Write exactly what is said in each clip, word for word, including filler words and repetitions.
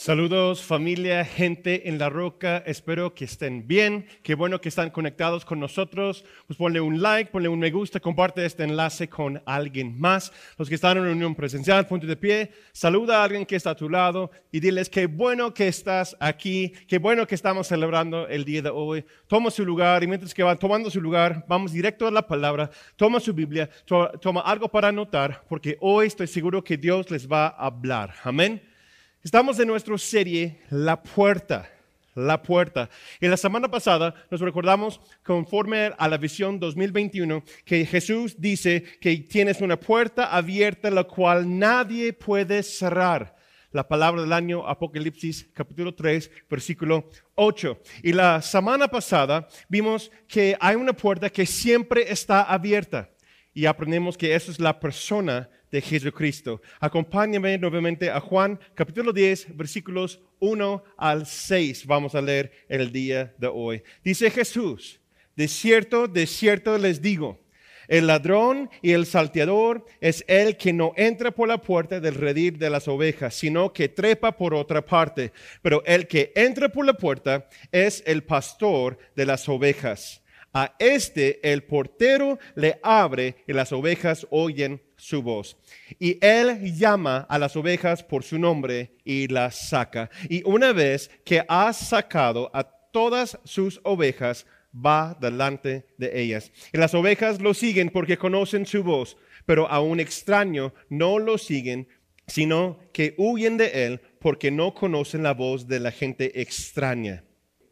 Saludos familia, gente en la roca, espero que estén bien, qué bueno que están conectados con nosotros, pues ponle un like, ponle un me gusta, comparte este enlace con alguien más. Los que están en reunión presencial, ponte de pie, saluda a alguien que está a tu lado y diles qué bueno que estás aquí, qué bueno que estamos celebrando el día de hoy. Toma su lugar y mientras que van tomando su lugar, vamos directo a la palabra, toma su Biblia, to- toma algo para anotar, porque hoy estoy seguro que Dios les va a hablar, amén. Estamos en nuestra serie La Puerta, La Puerta. Y la semana pasada nos recordamos conforme a la visión dos mil veintiuno que Jesús dice que tienes una puerta abierta la cual nadie puede cerrar. La palabra del año, Apocalipsis capítulo tres, versículo ocho. Y la semana pasada vimos que hay una puerta que siempre está abierta. Y aprendemos que eso es la persona de Jesucristo. Acompáñame nuevamente a Juan capítulo diez, versículos uno al seis. Vamos a leer el día de hoy. Dice Jesús: de cierto, de cierto les digo, el ladrón y el salteador es el que no entra por la puerta del redil de las ovejas, sino que trepa por otra parte. Pero el que entra por la puerta es el pastor de las ovejas. A este el portero le abre y las ovejas oyen su voz. Y él llama a las ovejas por su nombre y las saca. Y una vez que ha sacado a todas sus ovejas, va delante de ellas. Y las ovejas lo siguen porque conocen su voz, pero a un extraño no lo siguen, sino que huyen de él porque no conocen la voz de la gente extraña.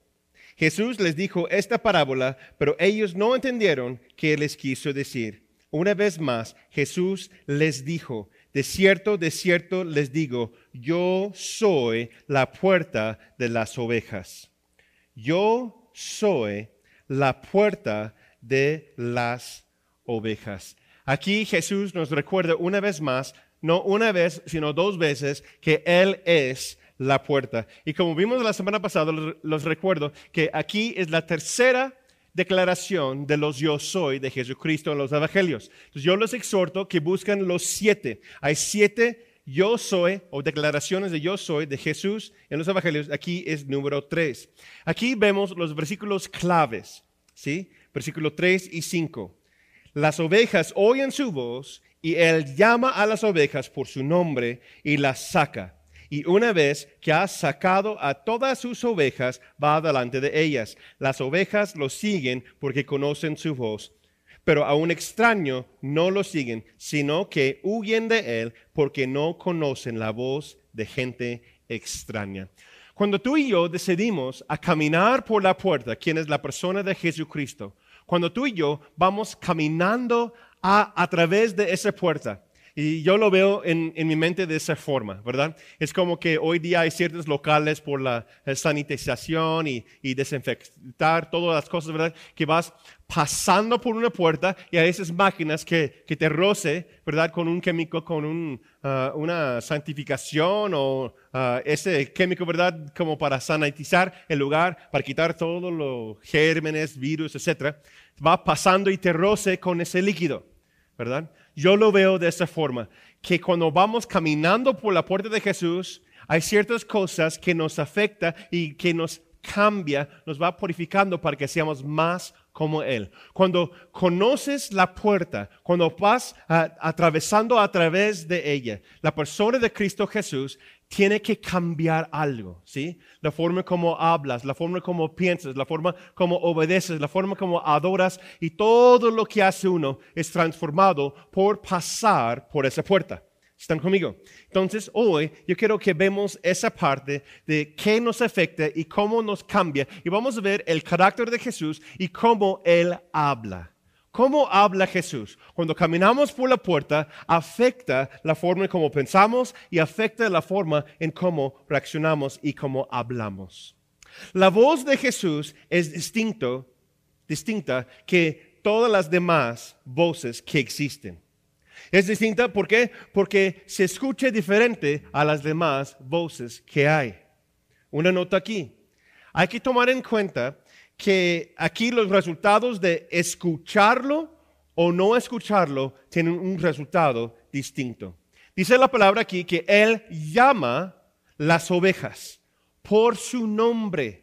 Jesús les dijo esta parábola, pero ellos no entendieron qué les quiso decir. Una vez más, Jesús les dijo, de cierto, de cierto les digo, yo soy la puerta de las ovejas. Yo soy la puerta de las ovejas. Aquí Jesús nos recuerda una vez más, no una vez, sino dos veces, que Él es la puerta. Y como vimos la semana pasada, los recuerdo que aquí es la tercera declaración de los yo soy de Jesucristo en los evangelios. Entonces yo los exhorto que buscan los siete. Hay siete yo soy o declaraciones de yo soy de Jesús en los evangelios. Aquí es número tres. Aquí vemos los versículos claves, ¿sí? Versículo tres y cinco. Las ovejas oyen su voz y él llama a las ovejas por su nombre y las saca. Y una vez que ha sacado a todas sus ovejas, va delante de ellas. Las ovejas lo siguen porque conocen su voz. Pero a un extraño no lo siguen, sino que huyen de él porque no conocen la voz de gente extraña. Cuando tú y yo decidimos a caminar por la puerta, quien es la persona de Jesucristo, cuando tú y yo vamos caminando a, a través de esa puerta, y yo lo veo en, en mi mente de esa forma, ¿verdad? Es como que hoy día hay ciertos locales por la sanitización y, y desinfectar todas las cosas, ¿verdad? Que vas pasando por una puerta y hay esas máquinas que, que te roce, ¿verdad? Con un químico, con un, uh, una santificación o uh, ese químico, ¿verdad? Como para sanitizar el lugar, para quitar todos los gérmenes, virus, etcétera. Va pasando y te roce con ese líquido, ¿verdad? Yo lo veo de esa forma, que cuando vamos caminando por la puerta de Jesús, hay ciertas cosas que nos afectan y que nos cambia, nos va purificando para que seamos más como Él. Cuando conoces la puerta, cuando vas uh, atravesando a través de ella, la persona de Cristo Jesús tiene que cambiar algo, ¿sí? La forma como hablas, la forma como piensas, la forma como obedeces, la forma como adoras y todo lo que hace uno es transformado por pasar por esa puerta. ¿Están conmigo? Entonces hoy yo quiero que vemos esa parte de qué nos afecta y cómo nos cambia. Y vamos a ver el carácter de Jesús y cómo Él habla. ¿Cómo habla Jesús? Cuando caminamos por la puerta, afecta la forma en cómo pensamos y afecta la forma en cómo reaccionamos y cómo hablamos. La voz de Jesús es distinto, distinta que todas las demás voces que existen. Es distinta, ¿por qué? Porque se escucha diferente a las demás voces que hay. Una nota aquí. Hay que tomar en cuenta que aquí los resultados de escucharlo o no escucharlo tienen un resultado distinto. Dice la palabra aquí que Él llama las ovejas por su nombre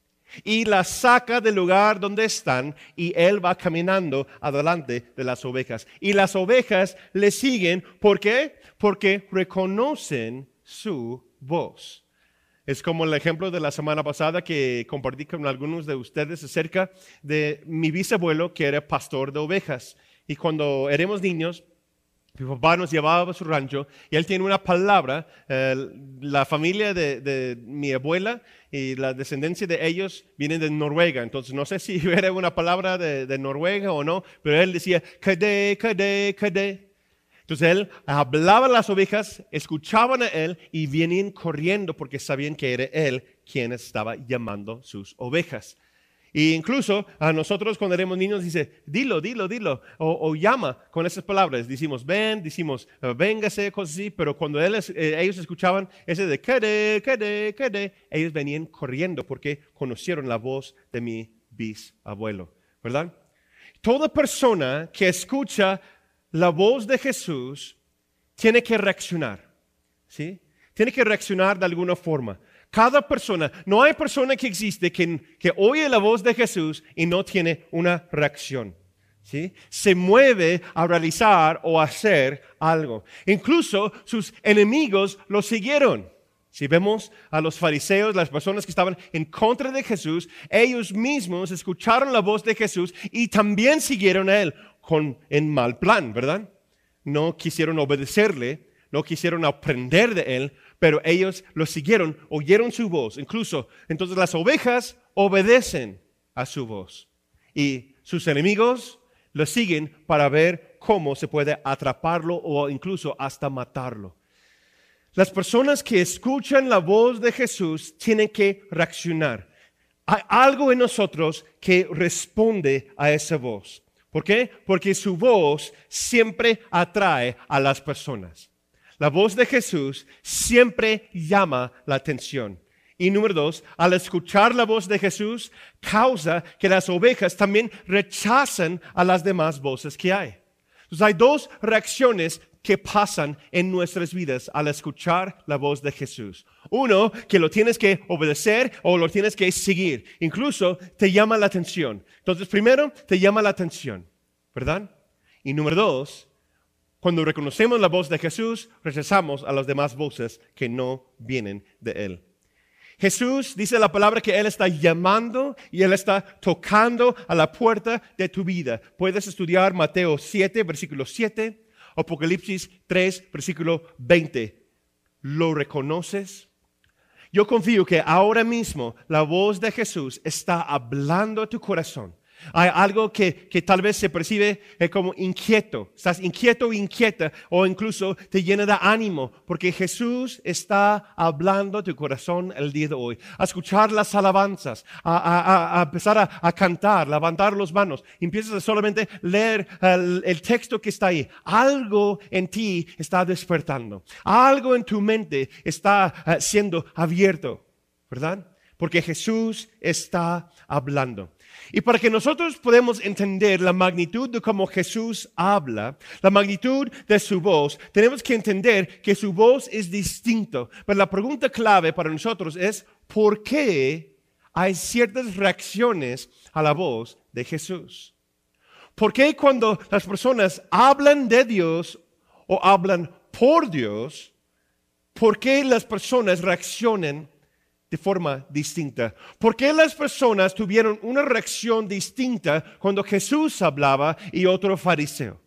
y las saca del lugar donde están, y él va caminando adelante de las ovejas. Y las ovejas le siguen, ¿por qué? Porque reconocen su voz. Es como el ejemplo de la semana pasada que compartí con algunos de ustedes acerca de mi bisabuelo, que era pastor de ovejas. Y cuando éramos niños, mi papá nos llevaba a su rancho y él tiene una palabra. Eh, la familia de, de mi abuela y la descendencia de ellos vienen de Noruega. Entonces no sé si era una palabra de, de Noruega o no, pero él decía, "Kade, kade, kade". Entonces él hablaba a las ovejas, escuchaban a él y venían corriendo porque sabían que era él quien estaba llamando sus ovejas. E incluso a nosotros cuando éramos niños dice, dilo, dilo, dilo, o, o llama con esas palabras. Decimos, ven, decimos, véngase, cosas así, pero cuando él, eh, ellos escuchaban ese de, quede, quede, quede, ellos venían corriendo porque conocieron la voz de mi bisabuelo, ¿verdad? Toda persona que escucha la voz de Jesús tiene que reaccionar, ¿sí? Tiene que reaccionar de alguna forma. Cada persona, no hay persona que existe que, que oye la voz de Jesús y no tiene una reacción, ¿sí? Se mueve a realizar o hacer algo. Incluso sus enemigos lo siguieron. Si vemos a los fariseos, las personas que estaban en contra de Jesús, ellos mismos escucharon la voz de Jesús y también siguieron a él con, en mal plan, ¿verdad? No quisieron obedecerle, no quisieron aprender de él, pero ellos lo siguieron, oyeron su voz. Incluso, entonces las ovejas obedecen a su voz. Y sus enemigos lo siguen para ver cómo se puede atraparlo o incluso hasta matarlo. Las personas que escuchan la voz de Jesús tienen que reaccionar. Hay algo en nosotros que responde a esa voz. ¿Por qué? Porque su voz siempre atrae a las personas. La voz de Jesús siempre llama la atención. Y número dos, al escuchar la voz de Jesús, causa que las ovejas también rechazan a las demás voces que hay. Entonces hay dos reacciones que pasan en nuestras vidas al escuchar la voz de Jesús. Uno, que lo tienes que obedecer o lo tienes que seguir. Incluso te llama la atención. Entonces, primero, te llama la atención, ¿verdad? Y número dos, cuando reconocemos la voz de Jesús, rechazamos a las demás voces que no vienen de Él. Jesús dice la palabra que Él está llamando y Él está tocando a la puerta de tu vida. Puedes estudiar Mateo siete, versículo siete, Apocalipsis tres, versículo veinte. ¿Lo reconoces? Yo confío que ahora mismo la voz de Jesús está hablando a tu corazón. Hay algo que, que tal vez se percibe eh, como inquieto. Estás inquieto o inquieta o incluso te llena de ánimo porque Jesús está hablando a tu corazón el día de hoy. A escuchar las alabanzas, a, a, a empezar a, a cantar, levantar las manos. Empiezas a solamente leer el, el texto que está ahí. Algo en ti está despertando. Algo en tu mente está uh, siendo abierto, ¿verdad? Porque Jesús está hablando. Y para que nosotros podamos entender la magnitud de cómo Jesús habla, la magnitud de su voz, tenemos que entender que su voz es distinta. Pero la pregunta clave para nosotros es, ¿por qué hay ciertas reacciones a la voz de Jesús? ¿Por qué cuando las personas hablan de Dios o hablan por Dios, por qué las personas reaccionan de forma distinta? ¿Por qué las personas tuvieron una reacción distinta cuando Jesús hablaba y otro fariseo?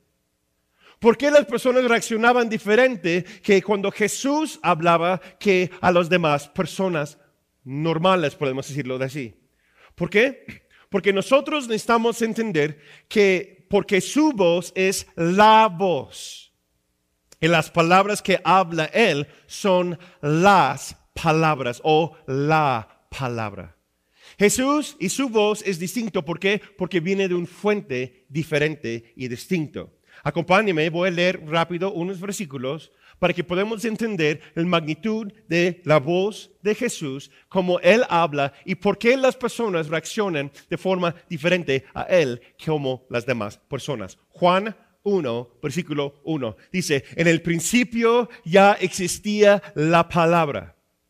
¿Por qué las personas reaccionaban diferente que cuando Jesús hablaba que a las demás personas normales, podemos decirlo de así? ¿Por qué? Porque nosotros necesitamos entender que porque su voz es la voz y las palabras que habla Él son las palabras o la palabra. Jesús y su voz es distinto. ¿Por qué? Porque viene de una fuente diferente y distinto. Acompáñeme, voy a leer rápido unos versículos para que podamos entender la magnitud de la voz de Jesús, cómo Él habla y por qué las personas reaccionan de forma diferente a Él como las demás personas. Juan uno, versículo uno, dice, en el principio ya existía la palabra.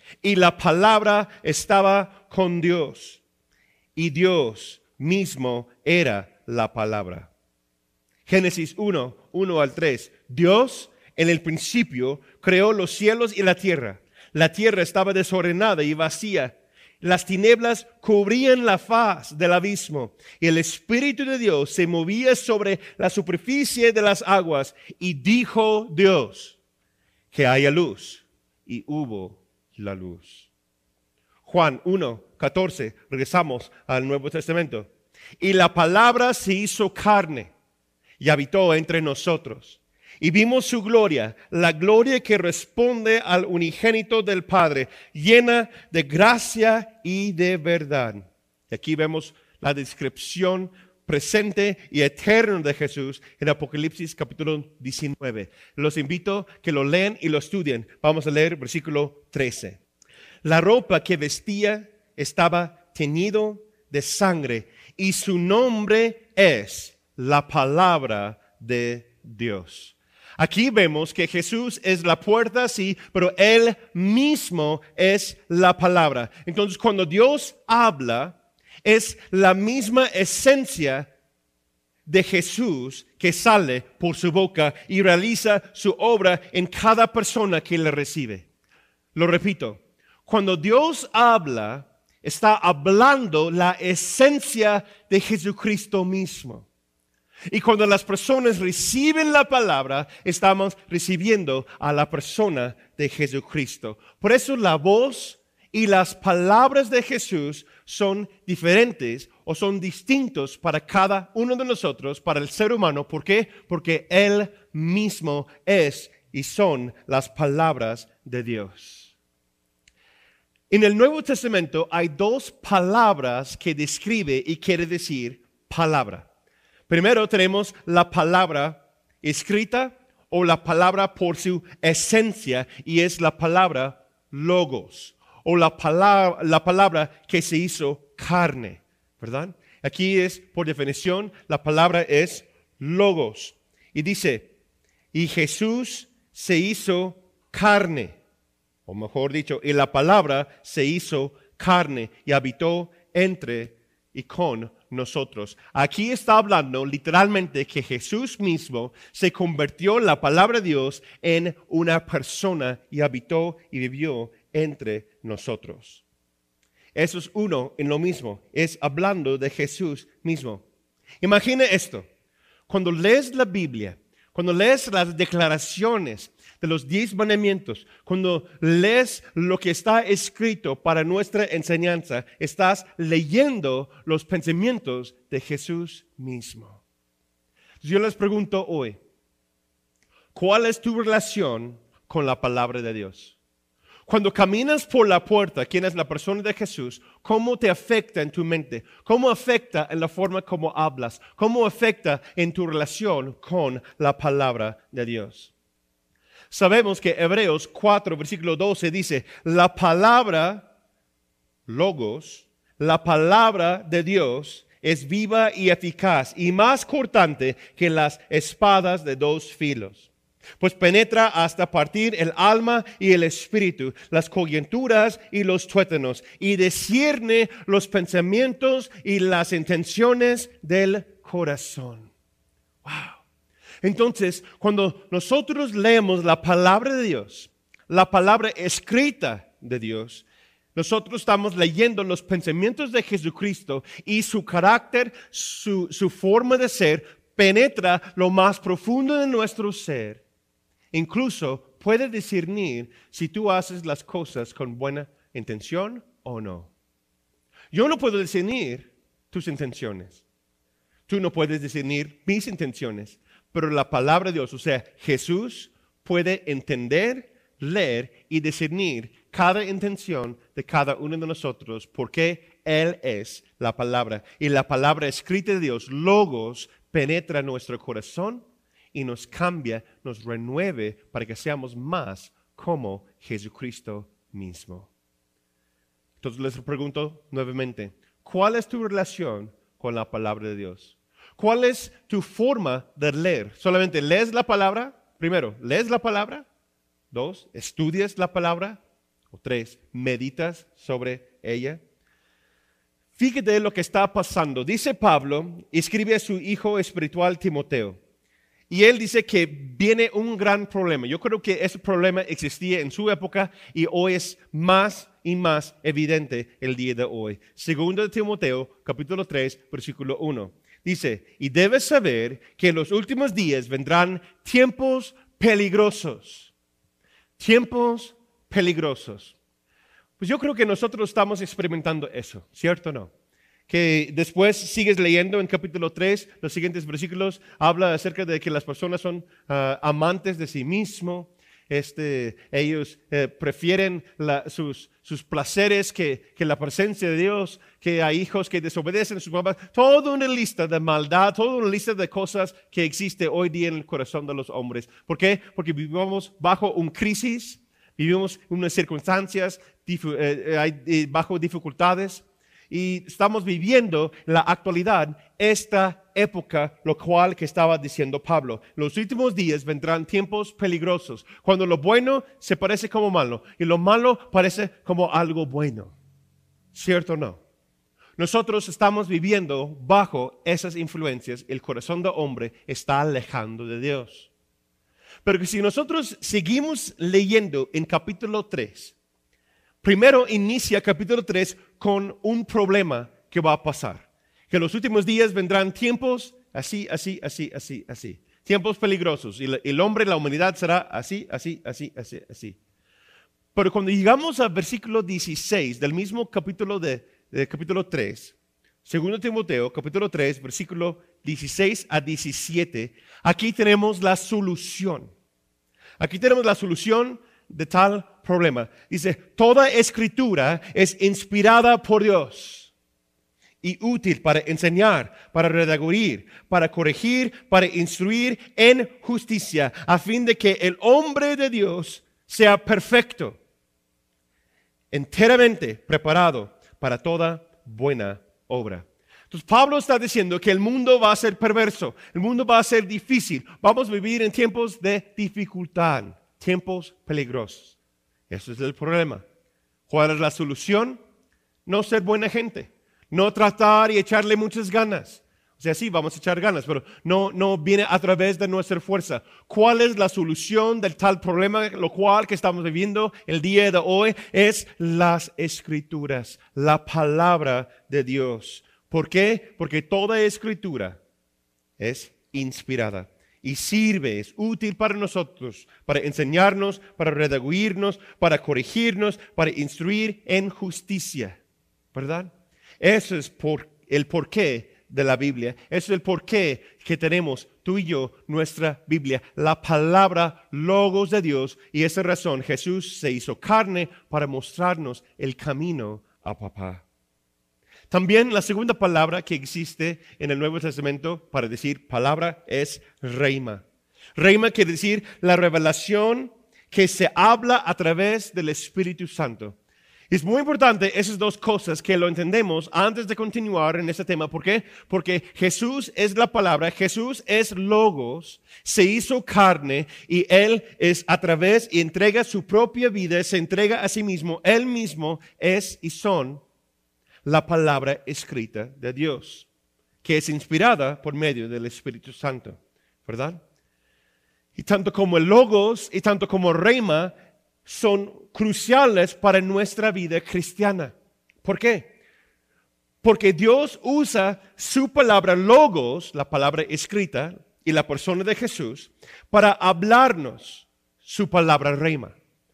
y la palabra estaba con Dios, y Dios mismo era la palabra. Génesis uno, uno al tres. Dios en el principio creó los cielos y la tierra. La tierra estaba desordenada y vacía. Las tinieblas cubrían la faz del abismo, y el Espíritu de Dios se movía sobre la superficie de las aguas. Y dijo Dios, que haya luz, y hubo la luz. Juan uno, catorce, regresamos al Nuevo Testamento. Y la palabra se hizo carne y habitó entre nosotros. Y vimos su gloria, la gloria que responde al unigénito del Padre, llena de gracia y de verdad. Y aquí vemos la descripción presente y eterna de Jesús en Apocalipsis capítulo diecinueve. Los invito a que lo lean y lo estudien. Vamos a leer versículo trece. La ropa que vestía estaba teñido de sangre, y su nombre es la palabra de Dios. Aquí vemos que Jesús es la puerta, sí, pero Él mismo es la palabra. Entonces, cuando Dios habla, es la misma esencia de Jesús que sale por su boca y realiza su obra en cada persona que le recibe. Lo repito, cuando Dios habla, está hablando la esencia de Jesucristo mismo. Y cuando las personas reciben la palabra, estamos recibiendo a la persona de Jesucristo. Por eso la voz y las palabras de Jesús son diferentes o son distintos para cada uno de nosotros, para el ser humano. ¿Por qué? Porque Él mismo es y son las palabras de Dios. En el Nuevo Testamento hay dos palabras que describe y quiere decir palabra. Primero tenemos la palabra escrita o la palabra por su esencia, y es la palabra logos o la palabra, la palabra que se hizo carne, ¿verdad? Aquí es, por definición, la palabra es logos. Y dice, y Jesús se hizo carne, o mejor dicho, y la palabra se hizo carne y habitó entre y con nosotros. Aquí está hablando literalmente que Jesús mismo se convirtió la palabra de Dios en una persona y habitó y vivió entre nosotros. Eso es uno en lo mismo, es hablando de Jesús mismo. Imagina esto, cuando lees la Biblia, cuando lees las declaraciones de los diez mandamientos, cuando lees lo que está escrito para nuestra enseñanza, estás leyendo los pensamientos de Jesús mismo. Yo les pregunto hoy, ¿cuál es tu relación con la palabra de Dios? Cuando caminas por la puerta, ¿quién es la persona de Jesús? ¿Cómo te afecta en tu mente? ¿Cómo afecta en la forma como hablas? ¿Cómo afecta en tu relación con la palabra de Dios? Sabemos que Hebreos cuatro, versículo doce dice, la palabra, logos, la palabra de Dios es viva y eficaz y más cortante que las espadas de dos filos. Pues penetra hasta partir el alma y el espíritu, las coyunturas y los tuétanos, y discierne los pensamientos y las intenciones del corazón. Wow. Entonces, cuando nosotros leemos la palabra de Dios, la palabra escrita de Dios, nosotros estamos leyendo los pensamientos de Jesucristo y su carácter, su, su forma de ser, penetra lo más profundo de nuestro ser. Incluso puede discernir si tú haces las cosas con buena intención o no. Yo no puedo discernir tus intenciones. Tú no puedes discernir mis intenciones. Pero la palabra de Dios, o sea, Jesús puede entender, leer y discernir cada intención de cada uno de nosotros porque Él es la palabra. Y la palabra escrita de Dios, logos, penetra nuestro corazón y nos cambia, nos renueve para que seamos más como Jesucristo mismo. Entonces les pregunto nuevamente, ¿cuál es tu relación con la palabra de Dios? ¿Cuál es tu forma de leer? ¿Solamente lees la palabra? Primero, ¿lees la palabra? Dos, ¿estudias la palabra? o tres, meditas sobre ella. Fíjate lo que está pasando. Dice Pablo, escribe a su hijo espiritual Timoteo. Y él dice que viene un gran problema. Yo creo que ese problema existía en su época y hoy es más y más evidente el día de hoy. Segundo de Timoteo, capítulo tres, versículo uno. Dice, y debes saber que en los últimos días vendrán tiempos peligrosos. Tiempos peligrosos. Pues yo creo que nosotros estamos experimentando eso, ¿cierto o no? Que después sigues leyendo en capítulo tres, los siguientes versículos, habla acerca de que las personas son uh, amantes de sí mismos, este, ellos eh, prefieren la, sus, sus placeres que, que la presencia de Dios, que hay hijos que desobedecen a sus papás, toda una lista de maldad, toda una lista de cosas que existe hoy día en el corazón de los hombres. ¿Por qué? Porque vivimos bajo una crisis. Vivimos unas circunstancias eh, bajo dificultades y estamos viviendo la actualidad, esta época, lo cual que estaba diciendo Pablo. En los últimos días vendrán tiempos peligrosos, cuando lo bueno se parece como malo y lo malo parece como algo bueno. ¿Cierto o no? Nosotros estamos viviendo bajo esas influencias. El corazón del hombre está alejando de Dios. Pero que si nosotros seguimos leyendo en capítulo tres, primero inicia capítulo tres con un problema que va a pasar. Que en los últimos días vendrán tiempos así, así, así, así, así. Tiempos peligrosos. Y el hombre, la humanidad será así, así, así, así, así. Pero cuando llegamos al versículo dieciséis del mismo capítulo de, de capítulo tres, segundo Timoteo, capítulo tres, versículo dieciséis a diecisiete, aquí tenemos la solución. Aquí tenemos la solución de tal problema. Dice, toda escritura es inspirada por Dios y útil para enseñar, para redarguir, para corregir, para instruir en justicia, a fin de que el hombre de Dios sea perfecto, enteramente preparado para toda buena obra. Entonces Pablo está diciendo que el mundo va a ser perverso, el mundo va a ser difícil, vamos a vivir en tiempos de dificultad, tiempos peligrosos. Ese es el problema. ¿Cuál es la solución? No ser buena gente, no tratar y echarle muchas ganas. O sea, sí, vamos a echar ganas, pero no, no viene a través de nuestra fuerza. ¿Cuál es la solución del tal problema, lo cual que estamos viviendo el día de hoy? Es las Escrituras, la palabra de Dios. ¿Por qué? Porque toda escritura es inspirada y sirve, es útil para nosotros, para enseñarnos, para redarguirnos, para corregirnos, para instruir en justicia. ¿Verdad? Eso es por, el porqué de la Biblia. Eso es el porqué que tenemos tú y yo nuestra Biblia, la palabra logos de Dios. Y esa razón Jesús se hizo carne para mostrarnos el camino a papá. También la segunda palabra que existe en el Nuevo Testamento para decir palabra es reima. Reima quiere decir la revelación que se habla a través del Espíritu Santo. Es muy importante esas dos cosas que lo entendemos antes de continuar en este tema. ¿Por qué? Porque Jesús es la palabra, Jesús es logos, se hizo carne y Él es a través y entrega su propia vida, se entrega a sí mismo. Él mismo es y son la palabra escrita de Dios, que es inspirada por medio del Espíritu Santo, ¿verdad? Y tanto como el logos y tanto como reima son cruciales para nuestra vida cristiana. ¿Por qué? Porque Dios usa su palabra logos, la palabra escrita, y la persona de Jesús, para hablarnos su palabra reima.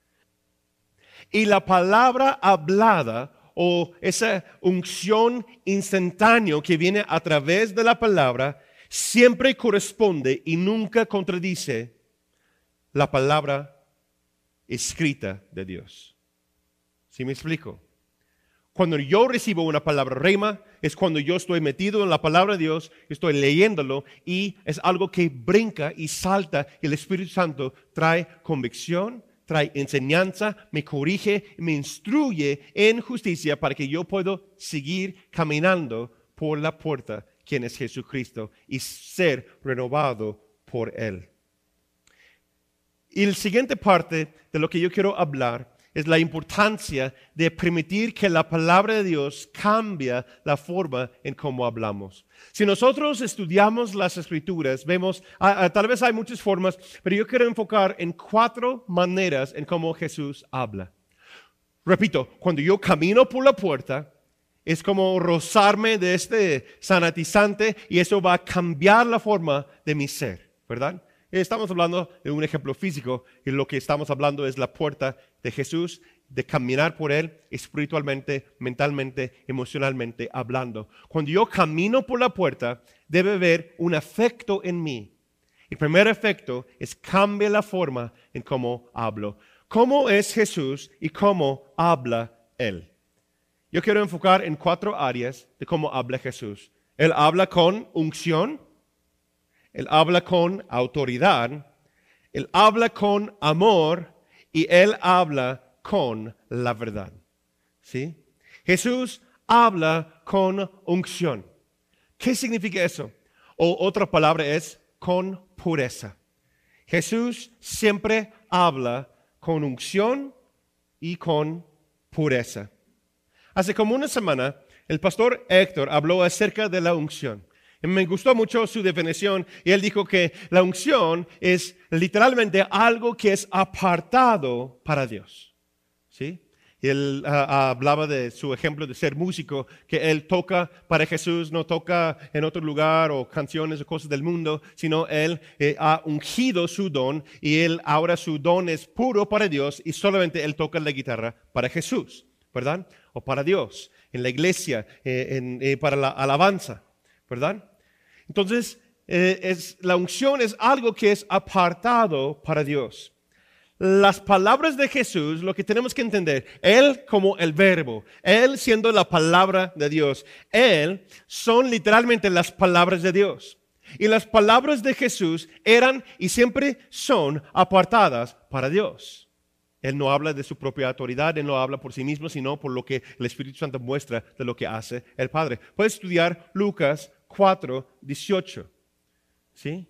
Y la palabra hablada, o esa unción instantánea que viene a través de la palabra, siempre corresponde y nunca contradice la palabra escrita de Dios. ¿Sí me explico? Cuando yo recibo una palabra rema, es cuando yo estoy metido en la palabra de Dios, estoy leyéndolo y es algo que brinca y salta y el Espíritu Santo trae convicción, trae enseñanza, me corrige, me instruye en justicia para que yo pueda seguir caminando por la puerta, quien es Jesucristo, y ser renovado por Él. Y la siguiente parte de lo que yo quiero hablar es la importancia de permitir que la palabra de Dios cambie la forma en cómo hablamos. Si nosotros estudiamos las Escrituras, vemos, ah, ah, tal vez hay muchas formas, pero yo quiero enfocar en cuatro maneras en cómo Jesús habla. Repito, cuando yo camino por la puerta, es como rozarme de este sanatizante y eso va a cambiar la forma de mi ser, ¿verdad? Estamos hablando de un ejemplo físico y lo que estamos hablando es la puerta de Jesús, de caminar por Él espiritualmente, mentalmente, emocionalmente hablando. Cuando yo camino por la puerta, debe haber un efecto en mí. El primer efecto es cambia la forma en cómo hablo. ¿Cómo es Jesús y cómo habla Él? Yo quiero enfocar en cuatro áreas de cómo habla Jesús. Él habla con unción, Él habla con autoridad, Él habla con amor y Él habla con la verdad. ¿Sí? Jesús habla con unción. ¿Qué significa eso? O otra palabra es con pureza. Jesús siempre habla con unción y con pureza. Hace como una semana, el pastor Héctor habló acerca de la unción. Y me gustó mucho su definición y él dijo que la unción es literalmente algo que es apartado para Dios. ¿Sí? Y él uh, hablaba de su ejemplo de ser músico, que él toca para Jesús, no toca en otro lugar o canciones o cosas del mundo, sino él eh, ha ungido su don y él ahora su don es puro para Dios y solamente él toca la guitarra para Jesús, ¿verdad? O para Dios, en la iglesia, eh, en, eh, para la alabanza, ¿verdad? Entonces, eh, es, la unción es algo que es apartado para Dios. Las palabras de Jesús, lo que tenemos que entender, Él como el verbo, Él siendo la palabra de Dios, Él son literalmente las palabras de Dios. Y las palabras de Jesús eran y siempre son apartadas para Dios. Él no habla de su propia autoridad, Él no habla por sí mismo, sino por lo que el Espíritu Santo muestra de lo que hace el Padre. Puedes estudiar Lucas cuatro, dieciocho. ¿Sí?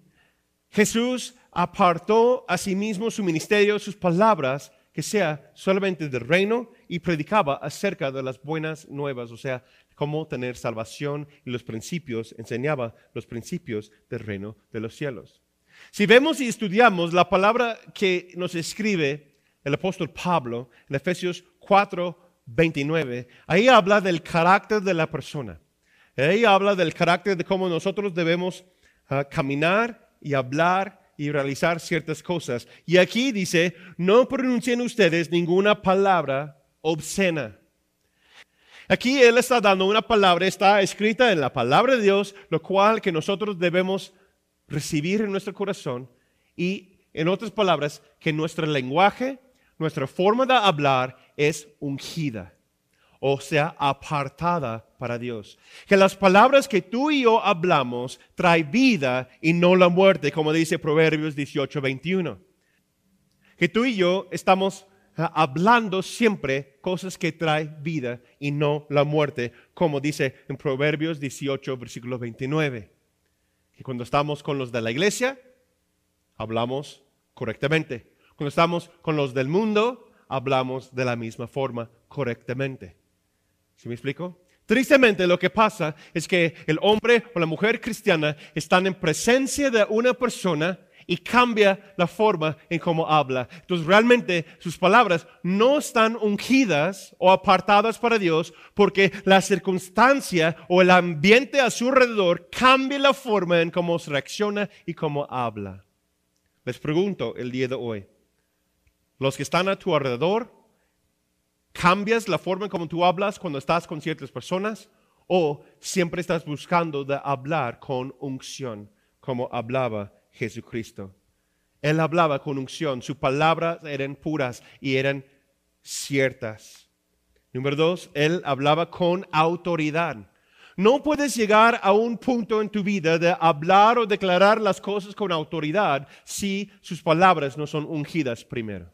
Jesús apartó a sí mismo su ministerio, sus palabras, que sea solamente del reino y predicaba acerca de las buenas nuevas, o sea, cómo tener salvación y los principios, enseñaba los principios del reino de los cielos. Si vemos y estudiamos la palabra que nos escribe el apóstol Pablo en Efesios cuatro, veintinueve, ahí habla del carácter de la persona. Ahí habla del carácter de cómo nosotros debemos uh, caminar y hablar y realizar ciertas cosas. Y aquí dice, no pronuncien ustedes ninguna palabra obscena. Aquí él está dando una palabra, está escrita en la palabra de Dios, lo cual que nosotros debemos recibir en nuestro corazón. Y en otras palabras, que nuestro lenguaje, nuestra forma de hablar es ungida. O sea, apartada para Dios. Que las palabras que tú y yo hablamos traen vida y no la muerte, como dice Proverbios dieciocho, veintiuno. Que tú y yo estamos uh, hablando siempre cosas que traen vida y no la muerte, como dice en Proverbios dieciocho, versículo veintinueve. Que cuando estamos con los de la iglesia, hablamos correctamente. Cuando estamos con los del mundo, hablamos de la misma forma correctamente. ¿Sí me explico? Tristemente lo que pasa es que el hombre o la mujer cristiana están en presencia de una persona y cambia la forma en cómo habla. Entonces realmente sus palabras no están ungidas o apartadas para Dios porque la circunstancia o el ambiente a su alrededor cambia la forma en cómo se reacciona y cómo habla. Les pregunto el día de hoy, los que están a tu alrededor, ¿cambias la forma en cómo tú hablas cuando estás con ciertas personas? ¿O siempre estás buscando de hablar con unción, como hablaba Jesucristo? Él hablaba con unción, sus palabras eran puras y eran ciertas. Número dos, Él hablaba con autoridad. No puedes llegar a un punto en tu vida de hablar o declarar las cosas con autoridad si sus palabras no son ungidas primero.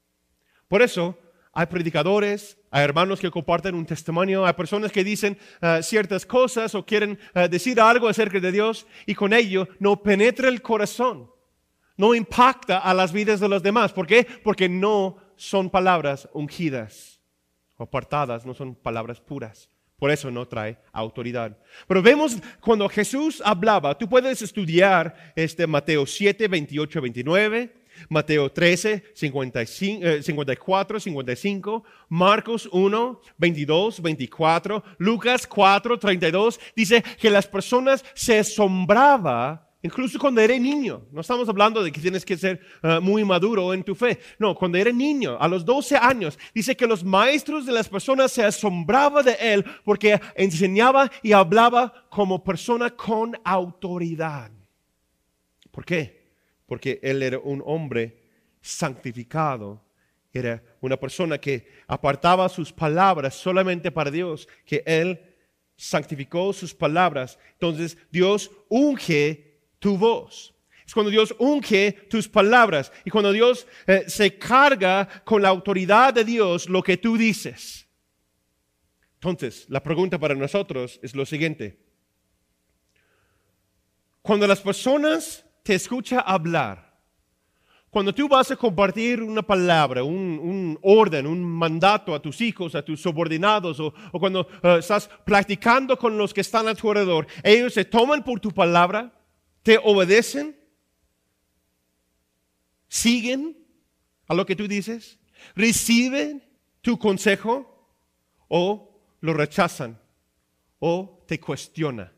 Por eso, hay predicadores, hay hermanos que comparten un testimonio, hay personas que dicen uh, ciertas cosas o quieren uh, decir algo acerca de Dios y con ello no penetra el corazón, no impacta a las vidas de los demás. ¿Por qué? Porque no son palabras ungidas o apartadas, no son palabras puras. Por eso no trae autoridad. Pero vemos cuando Jesús hablaba, tú puedes estudiar este Mateo siete, veintiocho, veintinueve, Mateo trece, cincuenta y cinco, eh, cincuenta y cuatro, cincuenta y cinco, Marcos uno, veintidós, veinticuatro, Lucas cuatro, treinta y dos, dice que las personas se asombraban incluso cuando eres niño. No estamos hablando de que tienes que ser uh, muy maduro en tu fe. No, cuando eres niño, a los doce años, dice que los maestros de las personas se asombraban de él porque enseñaba y hablaba como persona con autoridad. ¿Por qué? Porque él era un hombre santificado. Era una persona que apartaba sus palabras solamente para Dios, que él santificó sus palabras. Entonces Dios unge tu voz. Es cuando Dios unge tus palabras y cuando Dios eh, se carga con la autoridad de Dios lo que tú dices. Entonces, la pregunta para nosotros es lo siguiente. Cuando las personas te escuchan hablar, cuando tú vas a compartir una palabra, un, un orden, un mandato a tus hijos, a tus subordinados, o, o cuando uh, estás practicando con los que están a tu alrededor, ellos se toman por tu palabra, te obedecen, siguen a lo que tú dices, reciben tu consejo o lo rechazan o te cuestionan.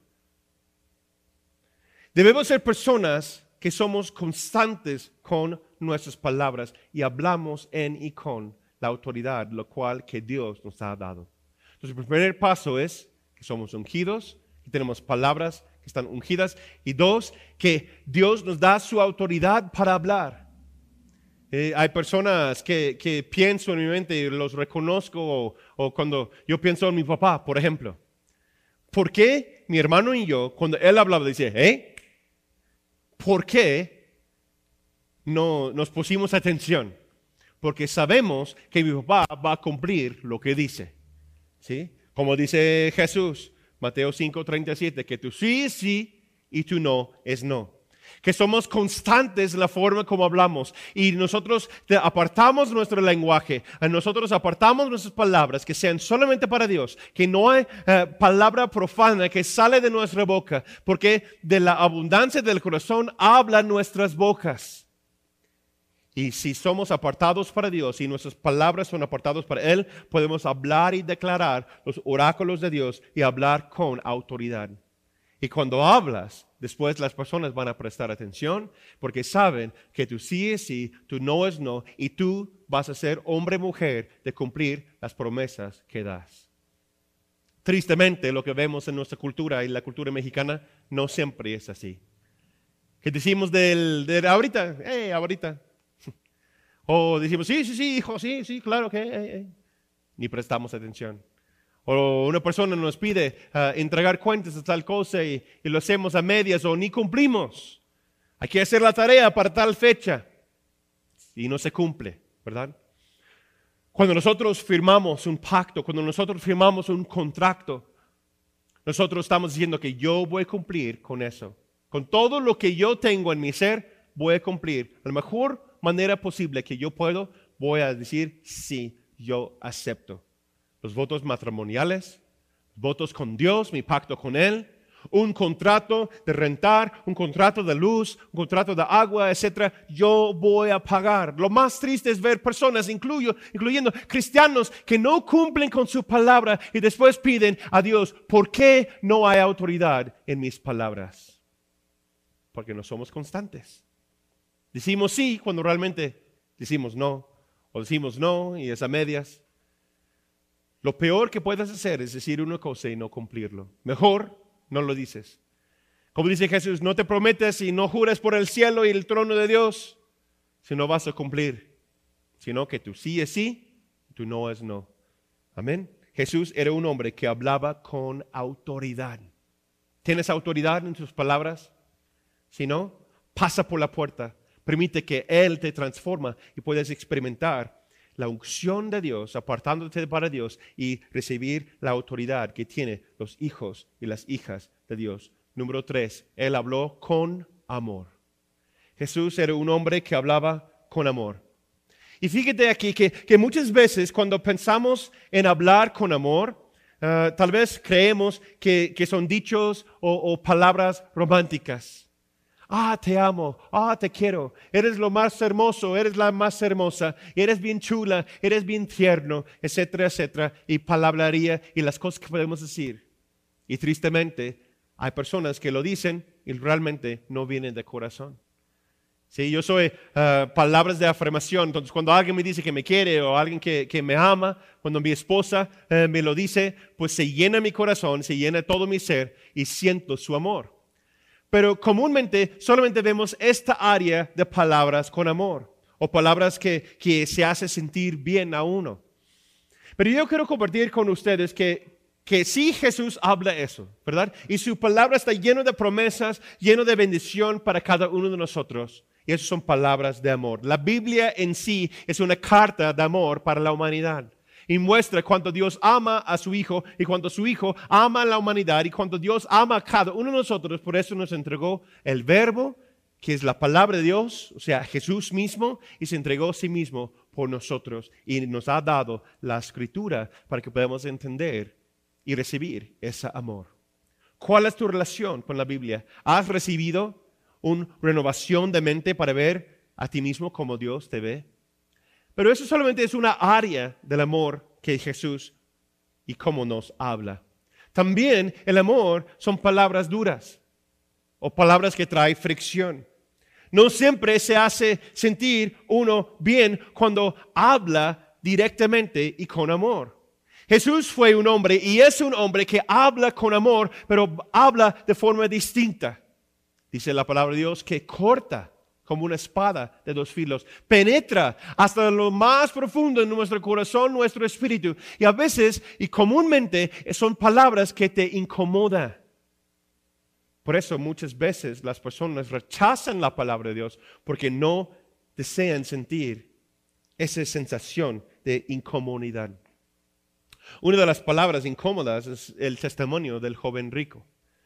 Debemos ser personas que somos constantes con nuestras palabras y hablamos en y con la autoridad, lo cual que Dios nos ha dado. Entonces, el primer paso es que somos ungidos, que tenemos palabras que están ungidas, y dos, que Dios nos da su autoridad para hablar. Eh, hay personas que, que pienso en mi mente y los reconozco, o, o cuando yo pienso en mi papá, por ejemplo. ¿Por qué mi hermano y yo, cuando él hablaba, decía, ¿eh? ¿Por qué no nos pusimos atención? Porque sabemos que mi papá va a cumplir lo que dice. ¿Sí? Como dice Jesús, Mateo cinco, treinta y siete, que tú sí es sí y tú no es no. Que somos constantes en la forma como hablamos y nosotros apartamos nuestro lenguaje, nosotros apartamos nuestras palabras que sean solamente para Dios, que no hay uh, palabra profana que sale de nuestra boca, porque de la abundancia del corazón hablan nuestras bocas. Y si somos apartados para Dios y nuestras palabras son apartadas para Él, podemos hablar y declarar los oráculos de Dios y hablar con autoridad. Y cuando hablas, después las personas van a prestar atención porque saben que tu sí es sí, tu no es no, y tú vas a ser hombre o mujer de cumplir las promesas que das. Tristemente, lo que vemos en nuestra cultura y la cultura mexicana no siempre es así. Que decimos del, de ahorita, eh, ahorita. O decimos, sí, sí, sí, hijo, sí, sí, claro que, eh, eh. Ni prestamos atención. O una persona nos pide uh, entregar cuentas de tal cosa y, y lo hacemos a medias o ni cumplimos. Hay que hacer la tarea para tal fecha y no se cumple, ¿verdad? Cuando nosotros firmamos un pacto, cuando nosotros firmamos un contrato, nosotros estamos diciendo que yo voy a cumplir con eso. Con todo lo que yo tengo en mi ser, voy a cumplir. A lo mejor manera posible que yo puedo, voy a decir, sí, yo acepto. Los votos matrimoniales, votos con Dios, mi pacto con Él, un contrato de rentar, un contrato de luz, un contrato de agua, etcétera, yo voy a pagar. Lo más triste es ver personas, incluyo, incluyendo cristianos, que no cumplen con su palabra y después piden a Dios, ¿por qué no hay autoridad en mis palabras? Porque no somos constantes. Decimos sí cuando realmente decimos no, o decimos no y es a medias. Lo peor que puedes hacer es decir una cosa y no cumplirlo. Mejor no lo dices. Como dice Jesús, no te prometes y no jures por el cielo y el trono de Dios si no vas a cumplir, sino que tu sí es sí, tu no es no. Amén. Jesús era un hombre que hablaba con autoridad. ¿Tienes autoridad en tus palabras? Si no, pasa por la puerta. Permite que Él te transforma y puedas experimentar la unción de Dios, apartándote para Dios y recibir la autoridad que tienen los hijos y las hijas de Dios. Número tres, Él habló con amor. Jesús era un hombre que hablaba con amor. Y fíjate aquí que, que muchas veces cuando pensamos en hablar con amor, uh, tal vez creemos que, que son dichos o, o palabras románticas. Ah, te amo, ah, te quiero, eres lo más hermoso, eres la más hermosa, eres bien chula, eres bien tierno, etcétera, etcétera, y palabrería y las cosas que podemos decir. Y tristemente hay personas que lo dicen y realmente no vienen de corazón. Sí, yo soy uh, palabras de afirmación. Entonces, cuando alguien me dice que me quiere o alguien que, que me ama, cuando mi esposa uh, me lo dice, pues se llena mi corazón, se llena todo mi ser y siento su amor. Pero comúnmente solamente vemos esta área de palabras con amor o palabras que, que se hace sentir bien a uno. Pero yo quiero compartir con ustedes que, que sí Jesús habla eso, ¿verdad? Y su palabra está llena de promesas, llena de bendición para cada uno de nosotros. Y esas son palabras de amor. La Biblia en sí es una carta de amor para la humanidad. Y muestra cuánto Dios ama a su Hijo y cuánto su Hijo ama a la humanidad y cuánto Dios ama a cada uno de nosotros. Por eso nos entregó el Verbo, que es la palabra de Dios, o sea, Jesús mismo, y se entregó a sí mismo por nosotros. Y nos ha dado la Escritura para que podamos entender y recibir ese amor. ¿Cuál es tu relación con la Biblia? ¿Has recibido una renovación de mente para ver a ti mismo como Dios te ve? Pero eso solamente es una área del amor que Jesús y cómo nos habla. También el amor son palabras duras o palabras que traen fricción. No siempre se hace sentir uno bien cuando habla directamente y con amor. Jesús fue un hombre y es un hombre que habla con amor, pero habla de forma distinta. Dice la palabra de Dios que corta como una espada de dos filos, penetra hasta lo más profundo en nuestro corazón, nuestro espíritu. Y a veces, y comúnmente, son palabras que te incomodan. Por eso muchas veces las personas rechazan la palabra de Dios porque no desean sentir esa sensación de incomodidad. Una de las palabras incómodas es el testimonio del joven rico.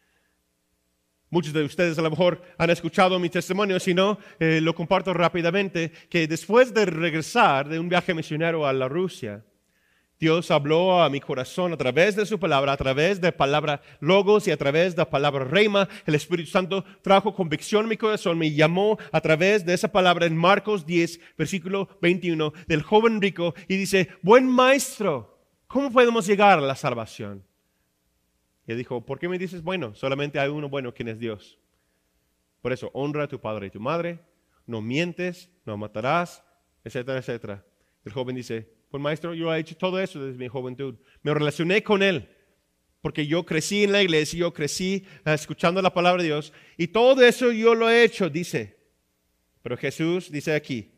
Muchos de ustedes a lo mejor han escuchado mi testimonio, si no, eh, lo comparto rápidamente, que después de regresar de un viaje misionero a la Rusia, Dios habló a mi corazón a través de su palabra, a través de palabra logos y a través de la palabra reima. El Espíritu Santo trajo convicción en mi corazón, me llamó a través de esa palabra en Marcos diez, versículo veintiuno, del joven rico, y dice, buen maestro, ¿cómo podemos llegar a la salvación? Y él dijo, ¿por qué me dices bueno? Solamente hay uno bueno, quien es Dios. Por eso, honra a tu padre y tu madre, no mientes, no matarás, etcétera, etcétera. El joven dice, pues maestro, yo he hecho todo eso desde mi juventud. Me relacioné con él, porque yo crecí en la iglesia, yo crecí uh, escuchando la palabra de Dios, y todo eso yo lo he hecho, dice. Pero Jesús dice aquí,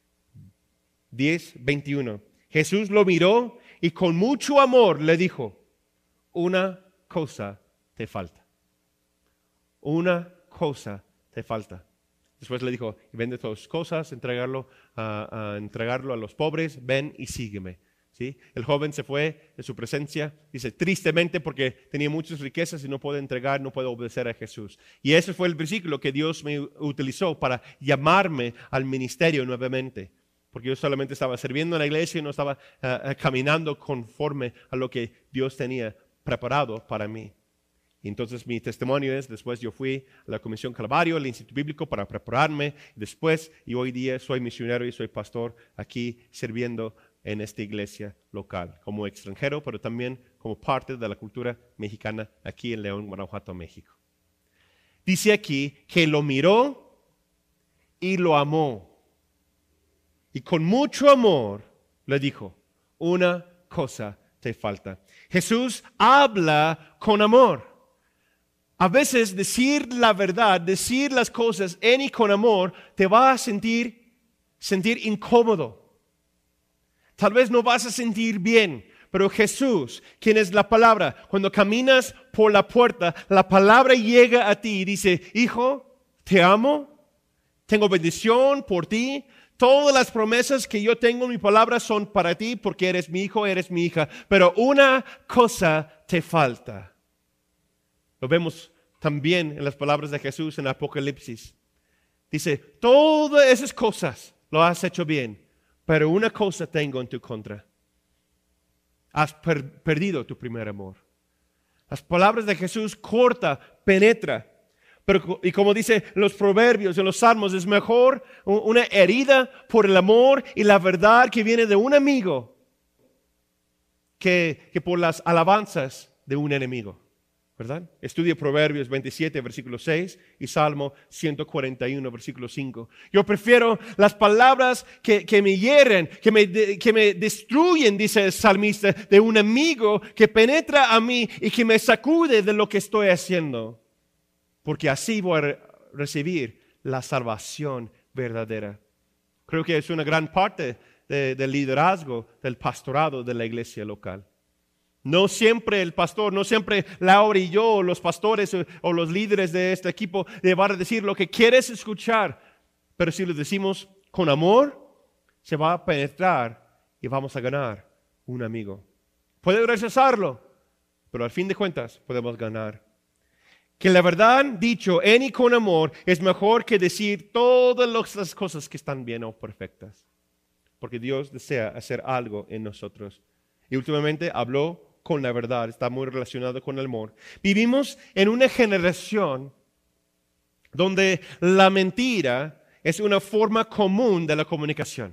diez, veintiuno, Jesús lo miró y con mucho amor le dijo, una cosa te falta. Una cosa te falta. Después le dijo, vende todas tus cosas, entregarlo, uh, uh, entregarlo a los pobres, ven y sígueme. ¿Sí? El joven se fue de su presencia, dice, tristemente porque tenía muchas riquezas y no puede entregar, no puede obedecer a Jesús. Y ese fue el versículo que Dios me utilizó para llamarme al ministerio nuevamente. Porque yo solamente estaba sirviendo en la iglesia y no estaba uh, uh, caminando conforme a lo que Dios tenía preparado para mí. Y entonces mi testimonio es, después yo fui a la Comisión Calvario, al Instituto Bíblico para prepararme, después y hoy día soy misionero y soy pastor aquí sirviendo en esta iglesia local, como extranjero, pero también como parte de la cultura mexicana aquí en León, Guanajuato, México. Dice aquí que lo miró y lo amó. Y con mucho amor le dijo, una cosa te falta. Jesús habla con amor. A veces decir la verdad, decir las cosas en y con amor, te va a sentir, sentir incómodo. Tal vez no vas a sentir bien, pero Jesús, quien es la palabra, cuando caminas por la puerta, la palabra llega a ti y dice, hijo, te amo, tengo bendición por ti. Todas las promesas que yo tengo en mi palabra son para ti porque eres mi hijo, eres mi hija. Pero una cosa te falta. Lo vemos también en las palabras de Jesús en Apocalipsis. Dice, todas esas cosas lo has hecho bien, pero una cosa tengo en tu contra. Has per- perdido tu primer amor. Las palabras de Jesús corta, penetra. Pero, y como dice los proverbios en los salmos, es mejor una herida por el amor y la verdad que viene de un amigo que, que por las alabanzas de un enemigo. ¿Verdad? Estudia Proverbios veintisiete, versículo seis y Salmo ciento cuarenta y uno, versículo cinco. Yo prefiero las palabras que, que me hieren, que me, de, que me destruyen, dice el salmista, de un amigo que penetra a mí y que me sacude de lo que estoy haciendo. Porque así voy a recibir la salvación verdadera. Creo que es una gran parte de, del liderazgo, del pastorado de la iglesia local. No siempre el pastor, no siempre Laura y yo, los pastores o, o los líderes de este equipo, le van a decir lo que quieres escuchar. Pero si lo decimos con amor, se va a penetrar y vamos a ganar un amigo. Puede rechazarlo, pero al fin de cuentas podemos ganar. Que la verdad, dicho en y con amor, es mejor que decir todas las cosas que están bien o perfectas. Porque Dios desea hacer algo en nosotros. Y últimamente habló con la verdad, está muy relacionado con el amor. Vivimos en una generación donde la mentira es una forma común de la comunicación.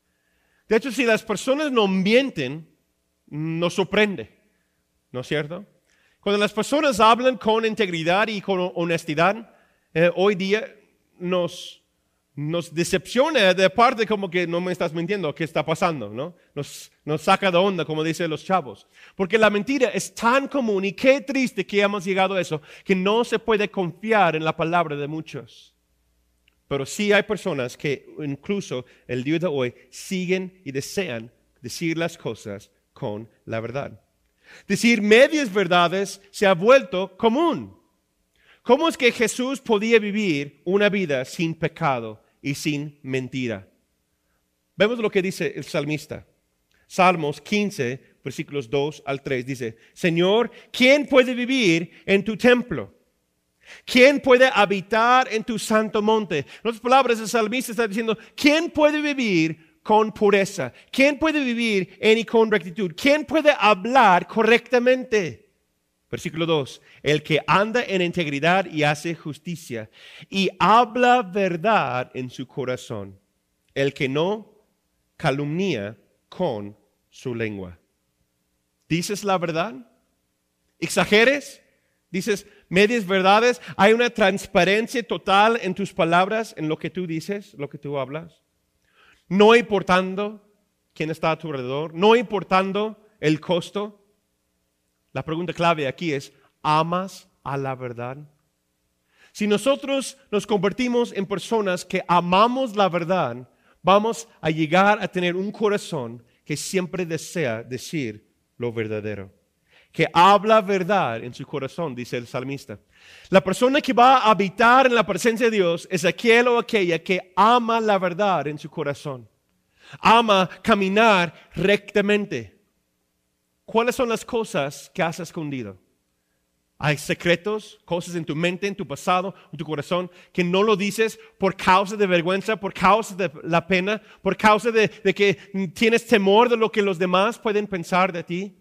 De hecho, si las personas no mienten, nos sorprende, ¿no es cierto? Cuando las personas hablan con integridad y con honestidad, eh, hoy día nos, nos decepciona de parte como que no me estás mintiendo, ¿qué está pasando? ¿No? Nos, nos saca de onda, como dicen los chavos. Porque la mentira es tan común y qué triste que hemos llegado a eso, que no se puede confiar en la palabra de muchos. Pero sí hay personas que incluso el día de hoy siguen y desean decir las cosas con la verdad. Decir medias verdades se ha vuelto común. ¿Cómo es que Jesús podía vivir una vida sin pecado y sin mentira? Vemos lo que dice el salmista. Salmos quince, versículos dos al tres, dice: Señor, ¿quién puede vivir en tu templo? ¿Quién puede habitar en tu santo monte? En otras palabras, el salmista está diciendo: ¿quién puede vivir con pureza? ¿Quién puede vivir en y con rectitud? ¿Quién puede hablar correctamente? Versículo dos, el que anda en integridad y hace justicia y habla verdad en su corazón, el que no calumnia con su lengua. ¿Dices la verdad? ¿Exageres? ¿Dices medias verdades? ¿Hay una transparencia total en tus palabras, en lo que tú dices, lo que tú hablas? No importando quién está a tu alrededor, no importando el costo. La pregunta clave aquí es: ¿amas a la verdad? Si nosotros nos convertimos en personas que amamos la verdad, vamos a llegar a tener un corazón que siempre desea decir lo verdadero, que habla verdad en su corazón, dice el salmista. La persona que va a habitar en la presencia de Dios es aquel o aquella que ama la verdad en su corazón. Ama caminar rectamente. ¿Cuáles son las cosas que has escondido? Hay secretos, cosas en tu mente, en tu pasado, en tu corazón, que no lo dices por causa de vergüenza, por causa de la pena, por causa de, de que tienes temor de lo que los demás pueden pensar de ti.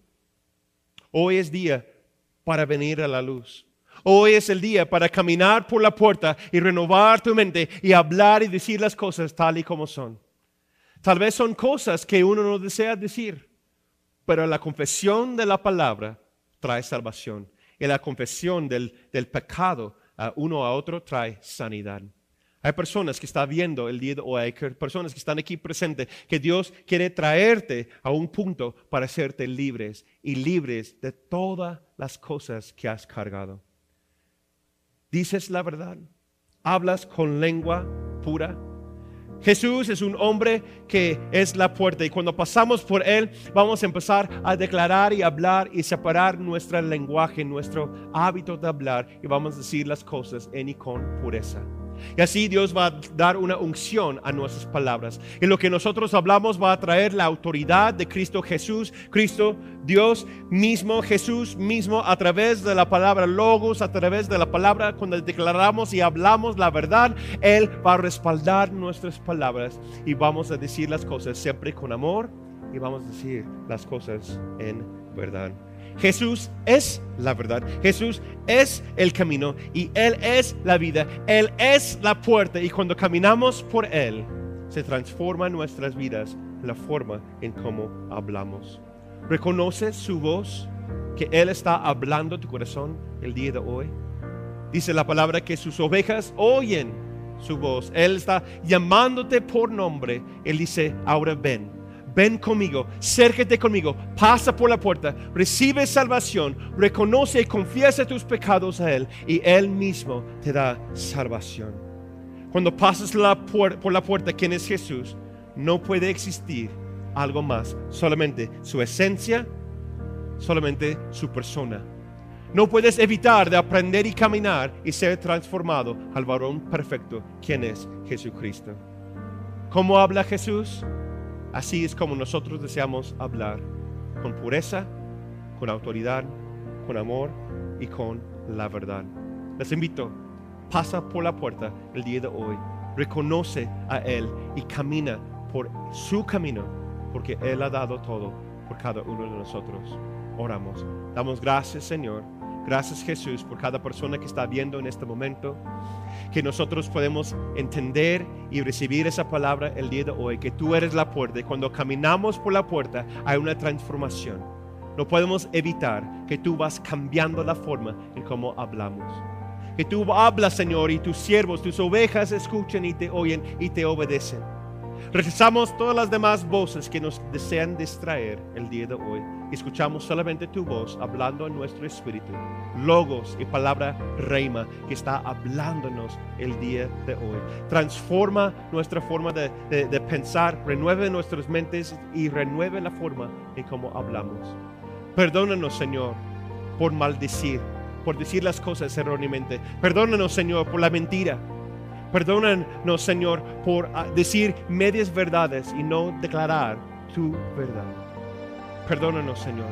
Hoy es día para venir a la luz. Hoy es el día para caminar por la puerta y renovar tu mente y hablar y decir las cosas tal y como son. Tal vez son cosas que uno no desea decir, pero la confesión de la palabra trae salvación. Y la confesión del, del pecado a uno a otro trae sanidad. Hay personas que están viendo el día de hoy, hay personas que están aquí presentes, que Dios quiere traerte a un punto para hacerte libres y libres de todas las cosas que has cargado. ¿Dices la verdad? ¿Hablas con lengua pura? Jesús es un hombre que es la puerta y cuando pasamos por Él vamos a empezar a declarar y hablar y separar nuestro lenguaje, nuestro hábito de hablar y vamos a decir las cosas en y con pureza. Y así Dios va a dar una unción a nuestras palabras. Y lo que nosotros hablamos va a traer la autoridad de Cristo Jesús, Cristo, Dios mismo, Jesús mismo, a través de la palabra logos, a través de la palabra, cuando declaramos y hablamos la verdad, Él va a respaldar nuestras palabras y vamos a decir las cosas siempre con amor y vamos a decir las cosas en verdad. Jesús es la verdad, Jesús es el camino y Él es la vida, Él es la puerta, y cuando caminamos por Él se transforma nuestras vidas la forma en cómo hablamos. ¿Reconoces su voz, que Él está hablando a tu corazón el día de hoy? Dice la palabra que sus ovejas oyen su voz. Él está llamándote por nombre. Él dice, ahora ven. Ven conmigo, acércate conmigo, pasa por la puerta, recibe salvación, reconoce y confiesa tus pecados a Él y Él mismo te da salvación. Cuando pasas la puer- por la puerta, ¿quién es Jesús? No puede existir algo más, solamente su esencia, solamente su persona. No puedes evitar de aprender y caminar y ser transformado al varón perfecto, quien es Jesucristo. ¿Cómo habla Jesús? Así es como nosotros deseamos hablar, con pureza, con autoridad, con amor y con la verdad. Les invito, pasa por la puerta el día de hoy, reconoce a Él y camina por su camino, porque Él ha dado todo por cada uno de nosotros. Oramos. Damos gracias, Señor. Gracias, Jesús, por cada persona que está viendo en este momento, que nosotros podemos entender y recibir esa palabra el día de hoy, que tú eres la puerta, y cuando caminamos por la puerta hay una transformación. No podemos evitar que tú vas cambiando la forma en cómo hablamos. Que tú hablas, Señor, y tus siervos, tus ovejas escuchan y te oyen y te obedecen. Rechazamos todas las demás voces que nos desean distraer el día de hoy. Escuchamos solamente tu voz hablando en nuestro espíritu, logos y palabra reima que está hablándonos el día de hoy. Transforma nuestra forma de, de, de pensar, renueve nuestras mentes y renueve la forma en cómo hablamos. Perdónanos, Señor, por maldecir, por decir las cosas erróneamente. Perdónanos, Señor, por la mentira. Perdónanos, Señor, por decir medias verdades y no declarar tu verdad. Perdónanos, Señor.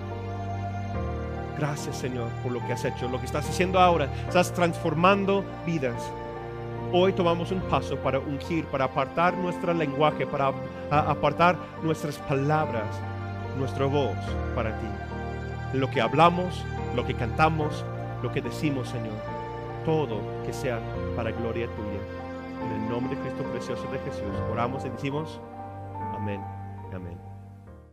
Gracias, Señor, por lo que has hecho, lo que estás haciendo ahora. Estás transformando vidas. Hoy tomamos un paso para ungir, para apartar nuestro lenguaje, para apartar nuestras palabras, nuestra voz para ti. Lo que hablamos, lo que cantamos, lo que decimos, Señor, todo que sea para gloria tuya. En el nombre de Cristo precioso de Jesús, oramos y decimos amén, amén.